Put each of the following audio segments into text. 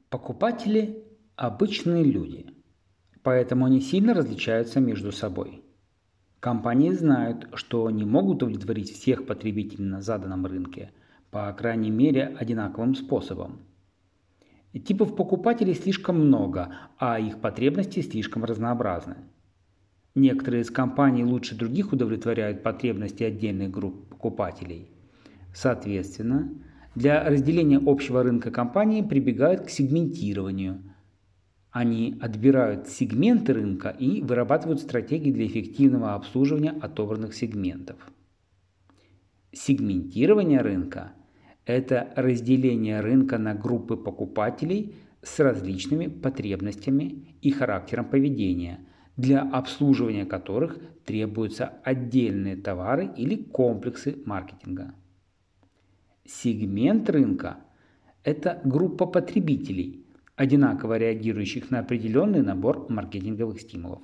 Покупатели – обычные люди, поэтому они сильно различаются между собой. Компании знают, что не могут удовлетворить всех потребителей на заданном рынке, по крайней мере, одинаковым способом. Типов покупателей слишком много, а их потребности слишком разнообразны. Некоторые из компаний лучше других удовлетворяют потребности отдельных групп покупателей. Соответственно, для разделения общего рынка компании прибегают к сегментированию. Они отбирают сегменты рынка и вырабатывают стратегии для эффективного обслуживания отобранных сегментов. Сегментирование рынка – это разделение рынка на группы покупателей с различными потребностями и характером поведения, для обслуживания которых требуются отдельные товары или комплексы маркетинга. Сегмент рынка – это группа потребителей, одинаково реагирующих на определенный набор маркетинговых стимулов.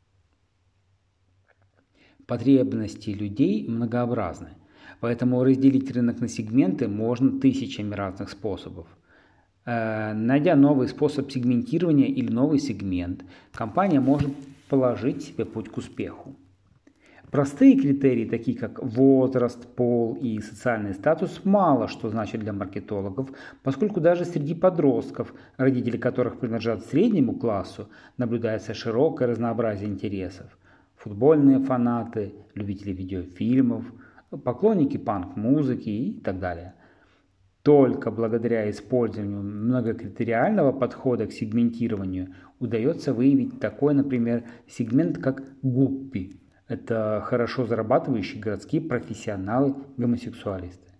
Потребности людей многообразны, поэтому разделить рынок на сегменты можно тысячами разных способов. Найдя новый способ сегментирования или новый сегмент, компания может положить себе путь к успеху. Простые критерии, такие как возраст, пол и социальный статус, мало что значат для маркетологов, поскольку даже среди подростков, родители которых принадлежат среднему классу, наблюдается широкое разнообразие интересов. Футбольные фанаты, любители видеофильмов, поклонники панк-музыки и так далее. Только благодаря использованию многокритериального подхода к сегментированию удается выявить такой, например, сегмент как гуппи. Это хорошо зарабатывающие городские профессионалы-гомосексуалисты.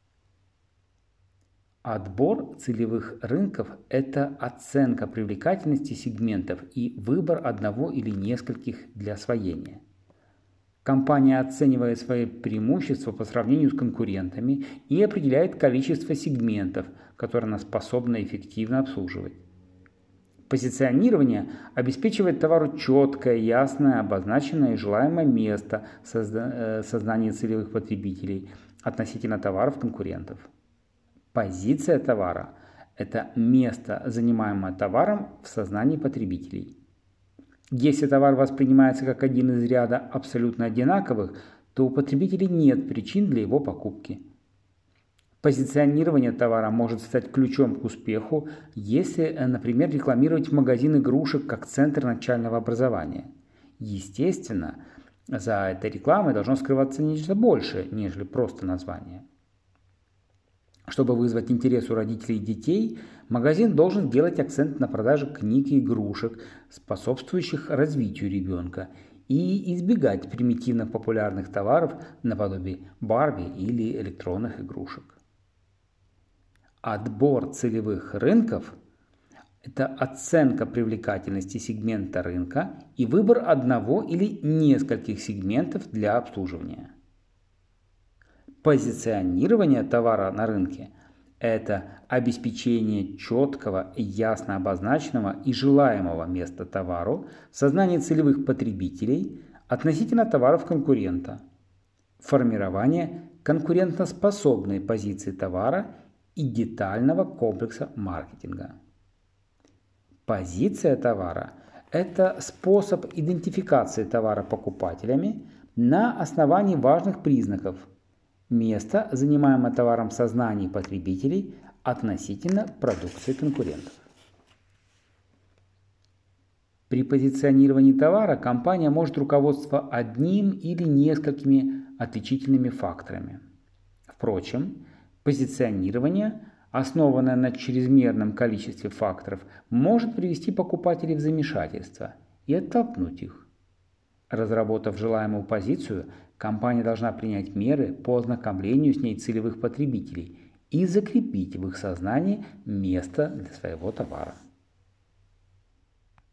Отбор целевых рынков – это оценка привлекательности сегментов и выбор одного или нескольких для освоения. Компания оценивает свои преимущества по сравнению с конкурентами и определяет количество сегментов, которые она способна эффективно обслуживать. Позиционирование обеспечивает товару четкое, ясное, обозначенное и желаемое место в сознании целевых потребителей относительно товаров конкурентов. Позиция товара – это место, занимаемое товаром в сознании потребителей. Если товар воспринимается как один из ряда абсолютно одинаковых, то у потребителей нет причин для его покупки. Позиционирование товара может стать ключом к успеху, если, например, рекламировать магазин игрушек как центр начального образования. Естественно, за этой рекламой должно скрываться нечто большее, нежели просто название. Чтобы вызвать интерес у родителей и детей, магазин должен делать акцент на продаже книг и игрушек, способствующих развитию ребенка, и избегать примитивно популярных товаров наподобие Барби или электронных игрушек. Отбор целевых рынков – это оценка привлекательности сегмента рынка и выбор одного или нескольких сегментов для обслуживания. Позиционирование товара на рынке – это обеспечение четкого, ясно обозначенного и желаемого места товару в сознании целевых потребителей относительно товаров конкурента, формирование конкурентоспособной позиции товара и детального комплекса маркетинга. Позиция товара – это способ идентификации товара покупателями на основании важных признаков – место, занимаемое товаром в сознании потребителей относительно продукции конкурентов. При позиционировании товара компания может руководствоваться одним или несколькими отличительными факторами. Впрочем, позиционирование, основанное на чрезмерном количестве факторов, может привести покупателей в замешательство и оттолкнуть их. Разработав желаемую позицию, компания должна принять меры по ознакомлению с ней целевых потребителей и закрепить в их сознании место для своего товара.